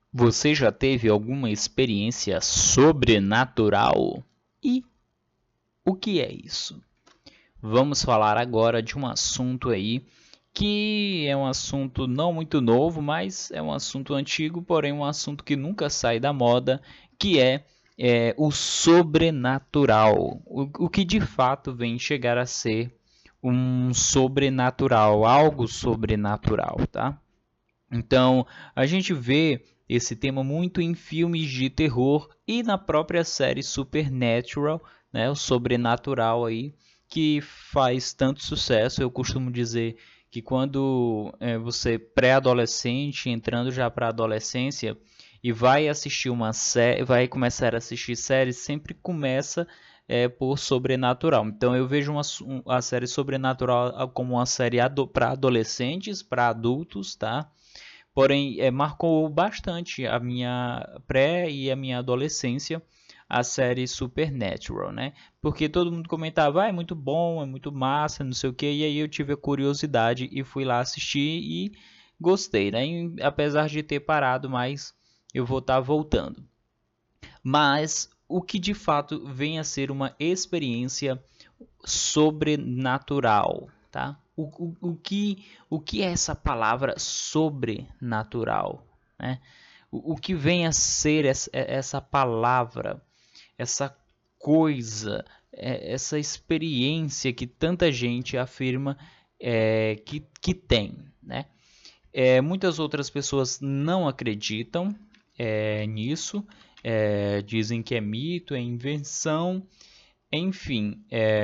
Você já teve alguma experiência sobrenatural? E o que é isso? Vamos falar agora de um assunto aí que é um assunto não muito novo, mas é um assunto antigo, porém um assunto que nunca sai da moda, que é o sobrenatural. O que de fato vem chegar a ser um sobrenatural, algo sobrenatural, tá? Então, a gente vê esse tema muito em filmes de terror e na própria série Supernatural, né, o sobrenatural aí, que faz tanto sucesso. Eu costumo dizer que quando você pré-adolescente, entrando já para a adolescência, e vai assistir uma série, vai começar a assistir séries, sempre começa por sobrenatural. Então eu vejo a série sobrenatural como uma série para adolescentes, para adultos, tá? Porém, marcou bastante a minha pré e a minha adolescência a série Supernatural, né? Porque todo mundo comentava, é muito bom, é muito massa, não sei o que, e aí eu tive a curiosidade e fui lá assistir e gostei, né? E, apesar de ter parado, mas eu vou estar voltando. Mas o que de fato vem a ser uma experiência sobrenatural, tá? O que é essa palavra sobrenatural, né? O que vem a ser essa palavra, essa coisa, essa experiência que tanta gente afirma que tem, né? Muitas outras pessoas não acreditam nisso, dizem que é mito, é invenção, enfim,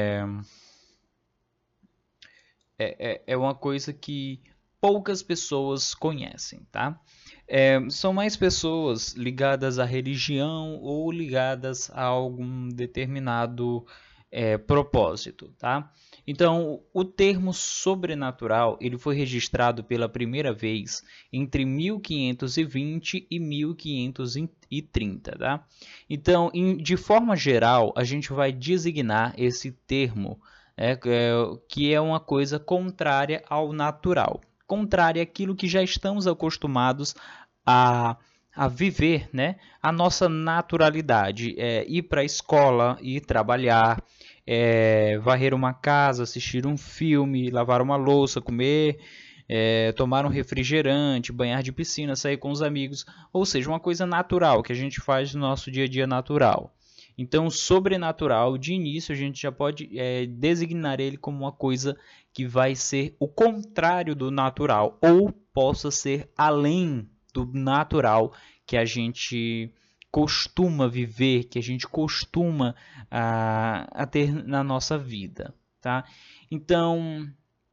é uma coisa que poucas pessoas conhecem, tá? São mais pessoas ligadas à religião ou ligadas a algum determinado propósito, tá? Então, o termo sobrenatural ele foi registrado pela primeira vez entre 1520 e 1530, tá? Então, de forma geral, a gente vai designar esse termo que é uma coisa contrária ao natural, contrária àquilo que já estamos acostumados a, a viver, né? A nossa naturalidade, ir para a escola, ir trabalhar, varrer uma casa, assistir um filme, lavar uma louça, comer, tomar um refrigerante, banhar de piscina, sair com os amigos, ou seja, uma coisa natural que a gente faz no nosso dia a dia natural. Então, sobrenatural, de início, a gente já pode designar ele como uma coisa que vai ser o contrário do natural, ou possa ser além do natural que a gente costuma viver, que a gente costuma a ter na nossa vida. Tá? Então,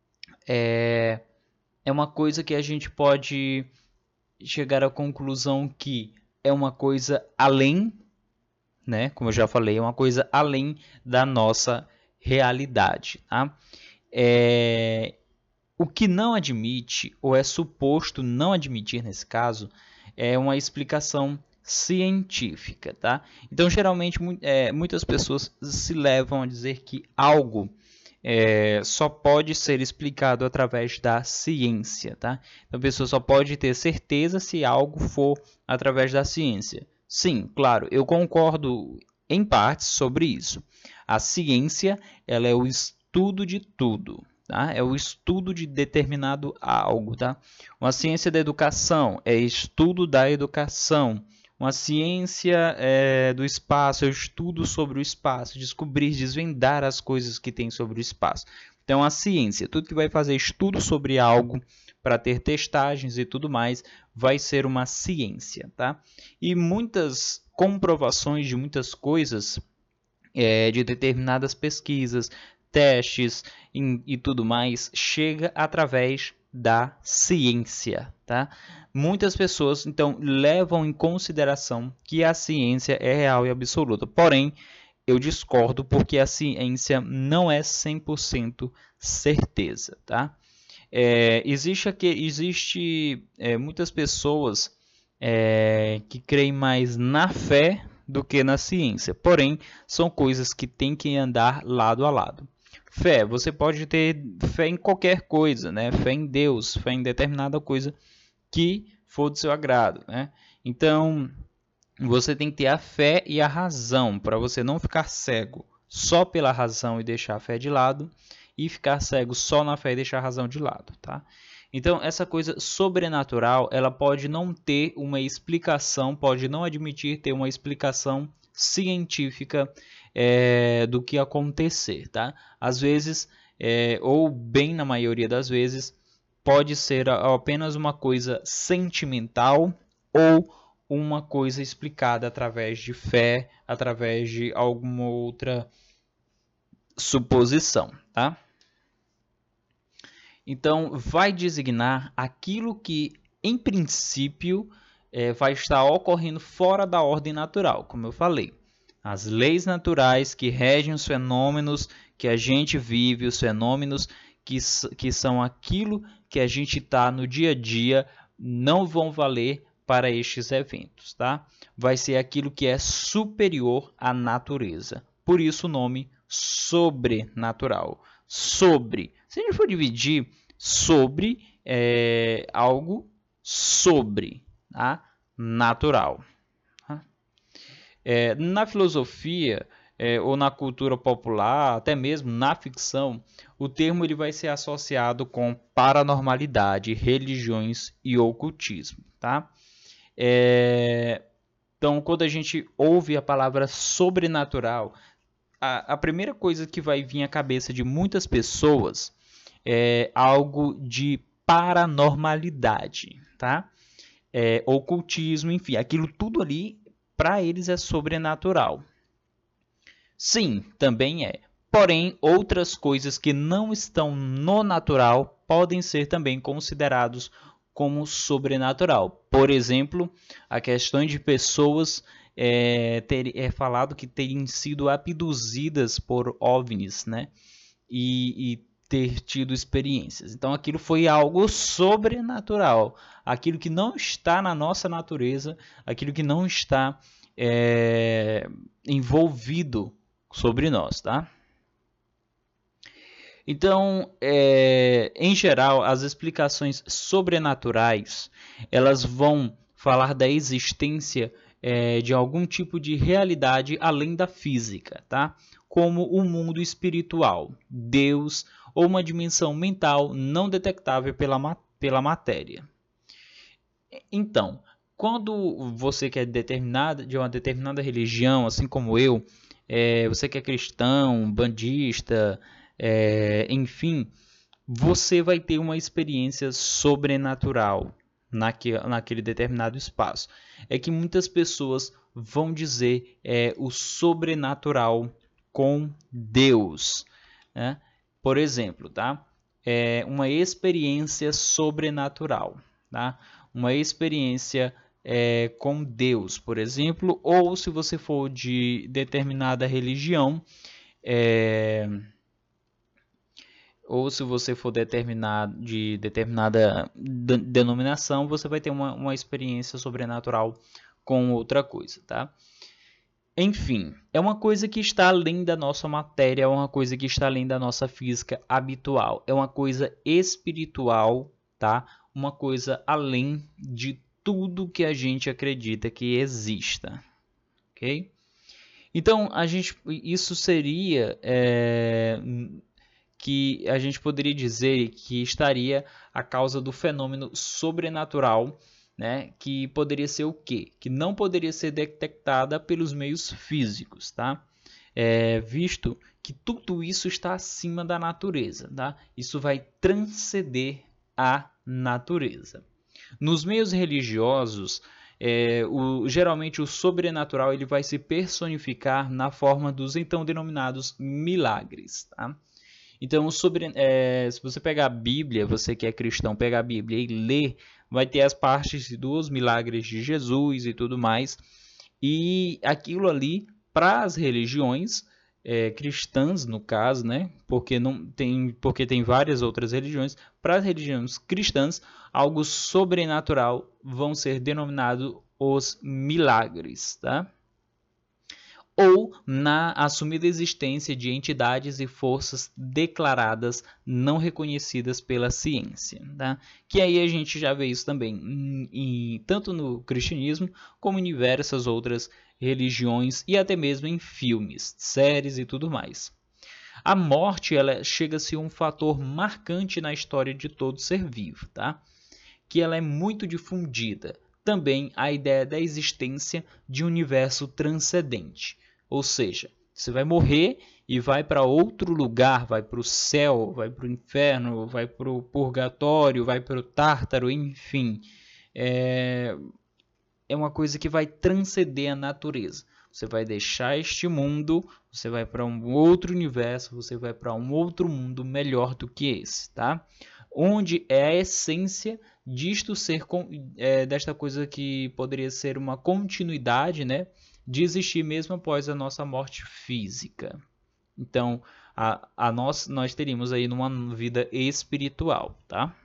é uma coisa que a gente pode chegar à conclusão que é uma coisa além, né? Como eu já falei, é uma coisa além da nossa realidade, tá? O que não admite, ou é suposto não admitir nesse caso, é uma explicação científica, tá? Então, geralmente, muitas pessoas se levam a dizer que algo só pode ser explicado através da ciência, tá? Então, a pessoa só pode ter certeza se algo for através da ciência. Sim, claro, eu concordo em partes sobre isso. A ciência, ela é o estudo de tudo, tá? É o estudo de determinado algo, tá? Uma ciência da educação é estudo da educação. Uma ciência do espaço, eu estudo sobre o espaço, descobrir, desvendar as coisas que tem sobre o espaço. Então, a ciência, tudo que vai fazer estudo sobre algo para ter testagens e tudo mais, vai ser uma ciência, tá? E muitas comprovações de muitas coisas, de determinadas pesquisas, testes e tudo mais, chega através da ciência, tá? Muitas pessoas, então, levam em consideração que a ciência é real e absoluta. Porém, eu discordo porque a ciência não é 100% certeza, tá? Existe muitas pessoas que creem mais na fé do que na ciência. Porém, são coisas que têm que andar lado a lado. Fé, você pode ter fé em qualquer coisa, né? Fé em Deus, fé em determinada coisa que for do seu agrado, né? Então, você tem que ter a fé e a razão para você não ficar cego só pela razão e deixar a fé de lado, e ficar cego só na fé e deixar a razão de lado, tá? Então, essa coisa sobrenatural, ela pode não ter uma explicação, pode não admitir ter uma explicação científica do que acontecer, tá? Às vezes, ou bem na maioria das vezes, pode ser apenas uma coisa sentimental ou uma coisa explicada através de fé, através de alguma outra suposição, tá? Então, vai designar aquilo que, em princípio, vai estar ocorrendo fora da ordem natural, como eu falei. As leis naturais que regem os fenômenos que a gente vive, os fenômenos que são aquilo que a gente está no dia a dia, não vão valer para estes eventos, tá? Vai ser aquilo que é superior à natureza. Por isso o nome sobrenatural. Sobre. Se a gente for dividir sobre algo sobre, tá? Natural. Tá? Na filosofia ou na cultura popular, até mesmo na ficção, o termo ele vai ser associado com paranormalidade, religiões e ocultismo. Tá? Então, quando a gente ouve a palavra sobrenatural, a primeira coisa que vai vir à cabeça de muitas pessoas é algo de paranormalidade, tá? Ocultismo, enfim, aquilo tudo ali para eles é sobrenatural. Sim, também é. Porém, outras coisas que não estão no natural podem ser também considerados como sobrenatural. Por exemplo, a questão de pessoas falado que teriam sido abduzidas por OVNIs, né? E ter tido experiências. Então, aquilo foi algo sobrenatural. Aquilo que não está na nossa natureza, aquilo que não está envolvido sobre nós, tá? Então, em geral, as explicações sobrenaturais, elas vão falar da existência de algum tipo de realidade além da física, tá? Como o mundo espiritual, Deus ou uma dimensão mental não detectável pela matéria. Então, quando você quer de uma determinada religião, assim como eu, você que é cristão, bandista, enfim, você vai ter uma experiência sobrenatural naquele determinado espaço. É que muitas pessoas vão dizer o sobrenatural com Deus, né? Por exemplo, tá? Uma experiência sobrenatural, tá? Uma experiência com Deus, por exemplo, ou se você for de determinada religião, ou se você for de determinada denominação, você vai ter uma experiência sobrenatural com outra coisa, tá? Enfim, é uma coisa que está além da nossa matéria, é uma coisa que está além da nossa física habitual, é uma coisa espiritual, tá? Uma coisa além de tudo que a gente acredita que exista, ok? Então, isso seria que a gente poderia dizer que estaria a causa do fenômeno sobrenatural, né? Que poderia ser o quê? Que não poderia ser detectada pelos meios físicos, tá? Visto que tudo isso está acima da natureza, tá? Isso vai transcender a natureza. Nos meios religiosos, geralmente o sobrenatural ele vai se personificar na forma dos então denominados milagres, tá? Então, se você pegar a Bíblia, você que é cristão, pegar a Bíblia e ler, vai ter as partes dos milagres de Jesus e tudo mais. E aquilo ali, para as religiões cristãs, no caso, né? Porque tem várias outras religiões. Para as religiões cristãs, algo sobrenatural vão ser denominados os milagres, tá? ou na assumida existência de entidades e forças declaradas não reconhecidas pela ciência, tá? Que aí a gente já vê isso também tanto no cristianismo como em diversas outras religiões e até mesmo em filmes, séries e tudo mais. A morte, ela chega a ser um fator marcante na história de todo ser vivo, tá? Que ela é muito difundida. Também a ideia da existência de um universo transcendente. Ou seja, você vai morrer e vai para outro lugar, vai para o céu, vai para o inferno, vai para o purgatório, vai para o tártaro, enfim. É uma coisa que vai transcender a natureza. Você vai deixar este mundo, você vai para um outro universo, você vai para um outro mundo melhor do que esse, tá? Onde é a essência disto ser desta coisa que poderia ser uma continuidade, né, de existir mesmo após a nossa morte física. Então, nós teríamos aí uma vida espiritual, tá?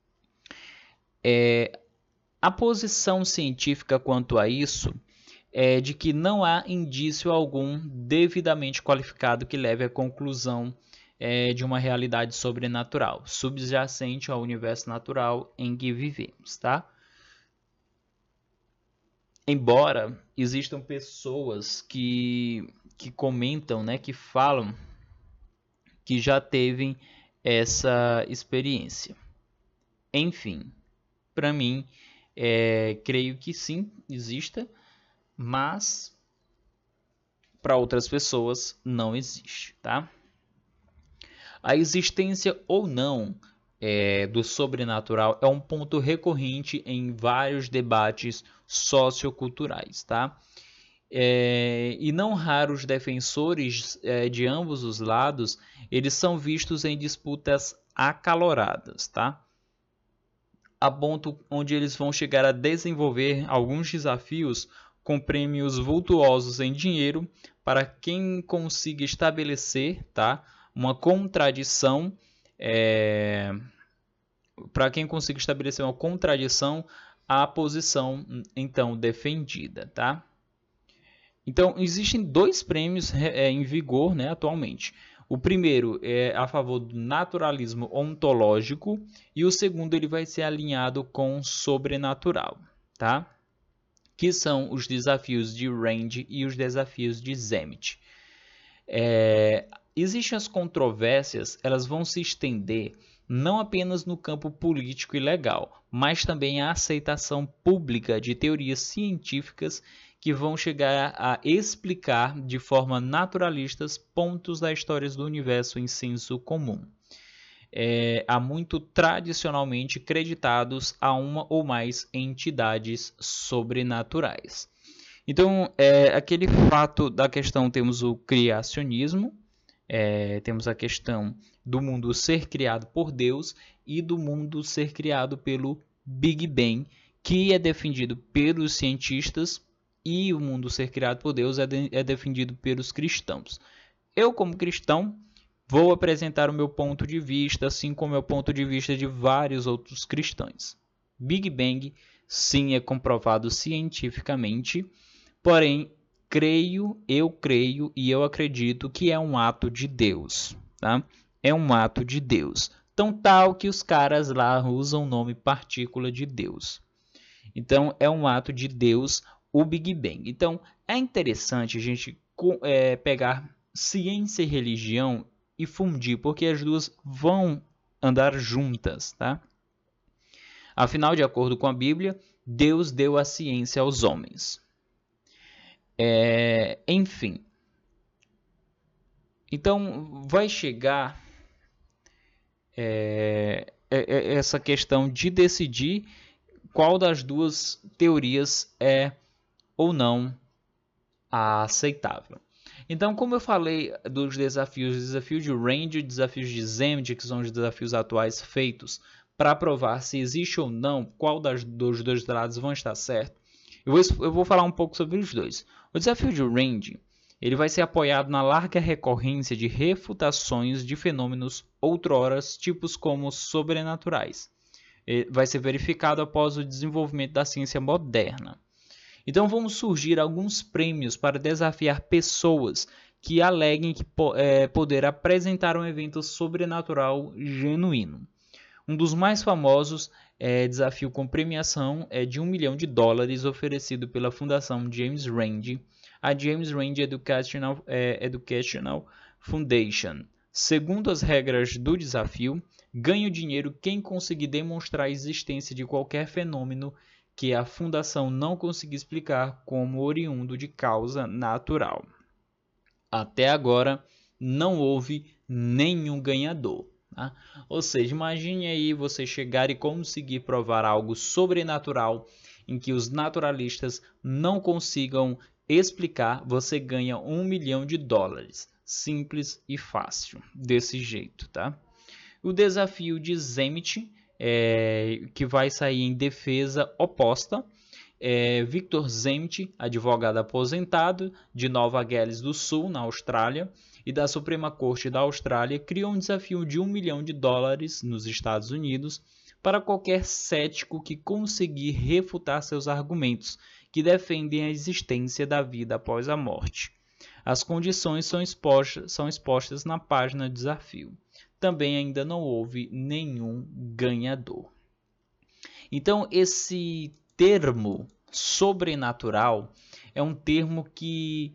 A posição científica quanto a isso é de que não há indício algum devidamente qualificado que leve à conclusão de uma realidade sobrenatural, subjacente ao universo natural em que vivemos, tá? Embora existam pessoas que comentam, né, que falam que já teve essa experiência. Enfim, para mim, creio que sim, exista, mas para outras pessoas não existe, tá? A existência ou não do sobrenatural é um ponto recorrente em vários debates socioculturais, tá? E não raros defensores de ambos os lados, eles são vistos em disputas acaloradas, tá? A ponto onde eles vão chegar a desenvolver alguns desafios com prêmios vultuosos em dinheiro para quem consiga estabelecer, tá, uma contradição, à posição então defendida, tá? Então existem dois prêmios em vigor, né, atualmente. O primeiro é a favor do naturalismo ontológico e o segundo ele vai ser alinhado com o sobrenatural, tá? Que são os desafios de Rand e os desafios de Zemmet. Existem as controvérsias, elas vão se estender não apenas no campo político e legal, mas também a aceitação pública de teorias científicas que vão chegar a explicar de forma naturalista pontos da história do universo em senso comum. Há muito tradicionalmente creditados a uma ou mais entidades sobrenaturais. Então, aquele fato da questão, temos o criacionismo, temos a questão do mundo ser criado por Deus e do mundo ser criado pelo Big Bang, que é defendido pelos cientistas, e o mundo ser criado por Deus é defendido pelos cristãos. Eu, como cristão, vou apresentar o meu ponto de vista, assim como o ponto de vista de vários outros cristãos. Big Bang, sim, é comprovado cientificamente, porém, eu creio e eu acredito que é um ato de Deus, tá? É um ato de Deus. Tão tal que os caras lá usam o nome partícula de Deus. Então, é um ato de Deus, o Big Bang. Então, é interessante a gente pegar ciência e religião e fundir, porque as duas vão andar juntas, tá? Afinal, de acordo com a Bíblia, Deus deu a ciência aos homens. Enfim. Então, vai chegar essa questão de decidir qual das duas teorias é ou não aceitável. Então, como eu falei dos desafios, desafio de Rand e desafios de Zemmet, que são os desafios atuais feitos para provar se existe ou não, qual dos dois lados vão estar certo, eu vou falar um pouco sobre os dois. O desafio de Rand, ele vai ser apoiado na larga recorrência de refutações de fenômenos outroras tipos como sobrenaturais. Vai ser verificado após o desenvolvimento da ciência moderna. Então vão surgir alguns prêmios para desafiar pessoas que aleguem que poder apresentar um evento sobrenatural genuíno. Um dos mais famosos desafio com premiação é de $1 milhão oferecido pela Fundação James Randi, a James Randi Educational Foundation. Segundo as regras do desafio, ganha o dinheiro quem conseguir demonstrar a existência de qualquer fenômeno que a fundação não conseguir explicar como oriundo de causa natural. Até agora, não houve nenhum ganhador. Tá? Ou seja, imagine aí você chegar e conseguir provar algo sobrenatural em que os naturalistas não consigam explicar, você ganha $1 milhão. Simples e fácil, desse jeito, tá? O desafio de Zemit, que vai sair em defesa oposta. Victor Zemit, advogado aposentado de Nova Gales do Sul, na Austrália, e da Suprema Corte da Austrália, criou um desafio de $1 milhão nos Estados Unidos para qualquer cético que conseguir refutar seus argumentos, que defendem a existência da vida após a morte. As condições são expostas na página do desafio. Também ainda não houve nenhum ganhador. Então, esse termo sobrenatural é um termo que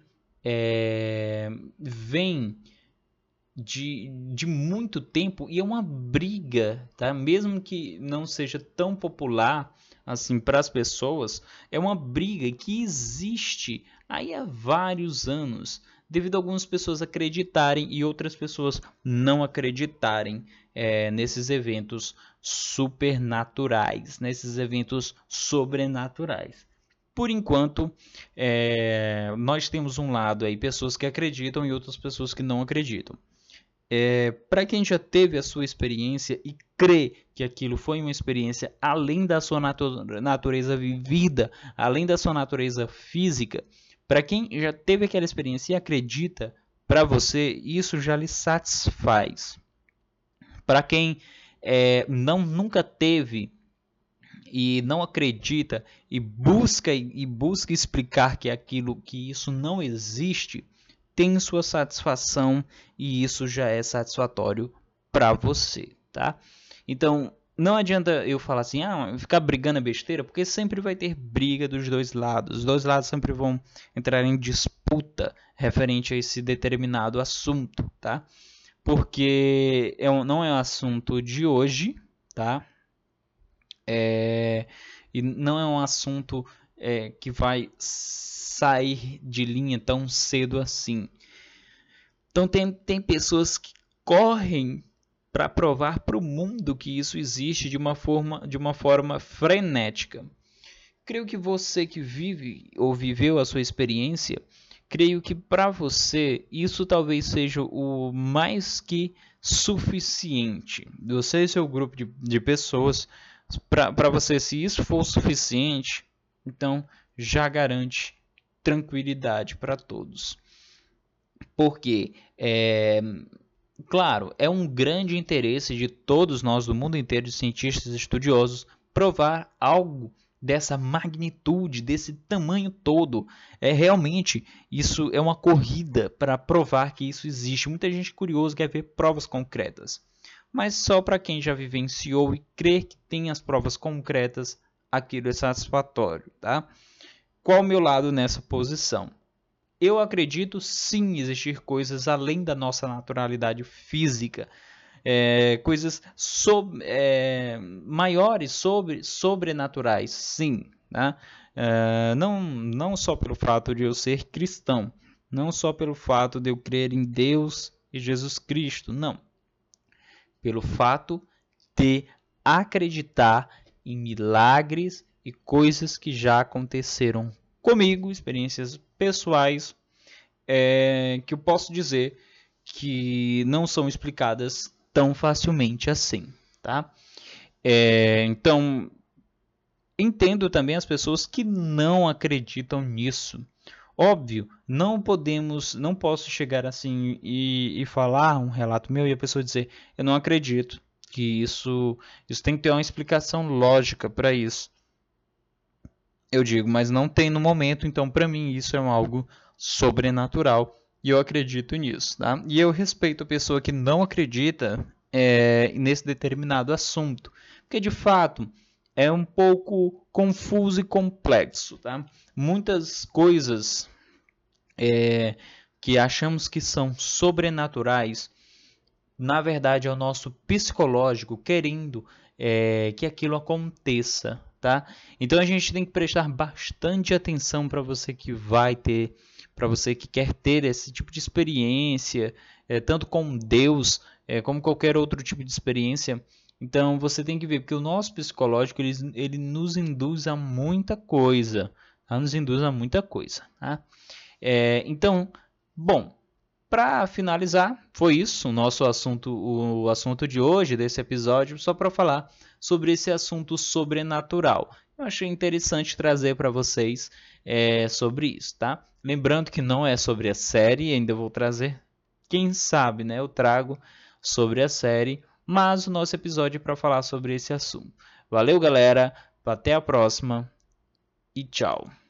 vem de muito tempo e é uma briga, tá? Mesmo que não seja tão popular assim para as pessoas, é uma briga que existe aí há vários anos, devido a algumas pessoas acreditarem e outras pessoas não acreditarem nesses eventos supernaturais, nesses eventos sobrenaturais. Por enquanto, nós temos um lado aí, pessoas que acreditam e outras pessoas que não acreditam. Para quem já teve a sua experiência e crê que aquilo foi uma experiência além da sua natureza vivida, além da sua natureza física, para quem já teve aquela experiência e acredita, para você isso já lhe satisfaz. Para quem nunca teve e não acredita e busca explicar que isso não existe, tem sua satisfação e isso já é satisfatório para você, tá? Então, não adianta eu falar assim, ficar brigando é besteira, porque sempre vai ter briga dos dois lados. Os dois lados sempre vão entrar em disputa referente a esse determinado assunto, tá? Porque não é um assunto de hoje, tá? E não é um assunto que vai sair de linha tão cedo assim. Então tem pessoas que correm para provar para o mundo que isso existe de uma forma frenética. Creio que você que vive ou viveu a sua experiência, creio que para você isso talvez seja o mais que suficiente. Você e seu grupo de pessoas, para você, se isso for suficiente, então já garante tranquilidade para todos. Porque, claro, é um grande interesse de todos nós, do mundo inteiro, de cientistas estudiosos, provar algo dessa magnitude, desse tamanho todo. Realmente, isso é uma corrida para provar que isso existe. Muita gente curiosa quer ver provas concretas. Mas só para quem já vivenciou e crê que tem as provas concretas, aquilo é satisfatório, tá? Qual o meu lado nessa posição? Eu acredito sim existir coisas além da nossa naturalidade física, coisas maiores, sobrenaturais, sim. Né? Não só pelo fato de eu ser cristão, não só pelo fato de eu crer em Deus e Jesus Cristo, não. Pelo fato de acreditar em milagres e coisas que já aconteceram comigo, experiências pessoais, que eu posso dizer que não são explicadas tão facilmente assim, tá? Então, entendo também as pessoas que não acreditam nisso. Óbvio, não posso chegar assim e falar um relato meu e a pessoa dizer, eu não acredito, que isso tem que ter uma explicação lógica para isso. eu digo, mas não tem no momento, então para mim isso é algo sobrenatural e eu acredito nisso, tá? E eu respeito a pessoa que não acredita nesse determinado assunto, porque de fato é um pouco confuso e complexo, tá? Muitas coisas que achamos que são sobrenaturais, na verdade é o nosso psicológico querendo que aquilo aconteça, tá? Então a gente tem que prestar bastante atenção para você que vai ter, para você que quer ter esse tipo de experiência, tanto com Deus, como qualquer outro tipo de experiência. Então você tem que ver, porque o nosso psicológico ele nos induz a muita coisa, tá? Nos induz a muita coisa, tá? Então, bom, para finalizar, foi isso o nosso assunto, o assunto de hoje, desse episódio, só para falar sobre esse assunto sobrenatural. Eu achei interessante trazer para vocês sobre isso, tá? Lembrando que não é sobre a série, ainda vou trazer, quem sabe, né? Eu trago sobre a série, mas o nosso episódio é para falar sobre esse assunto. Valeu, galera, até a próxima e tchau.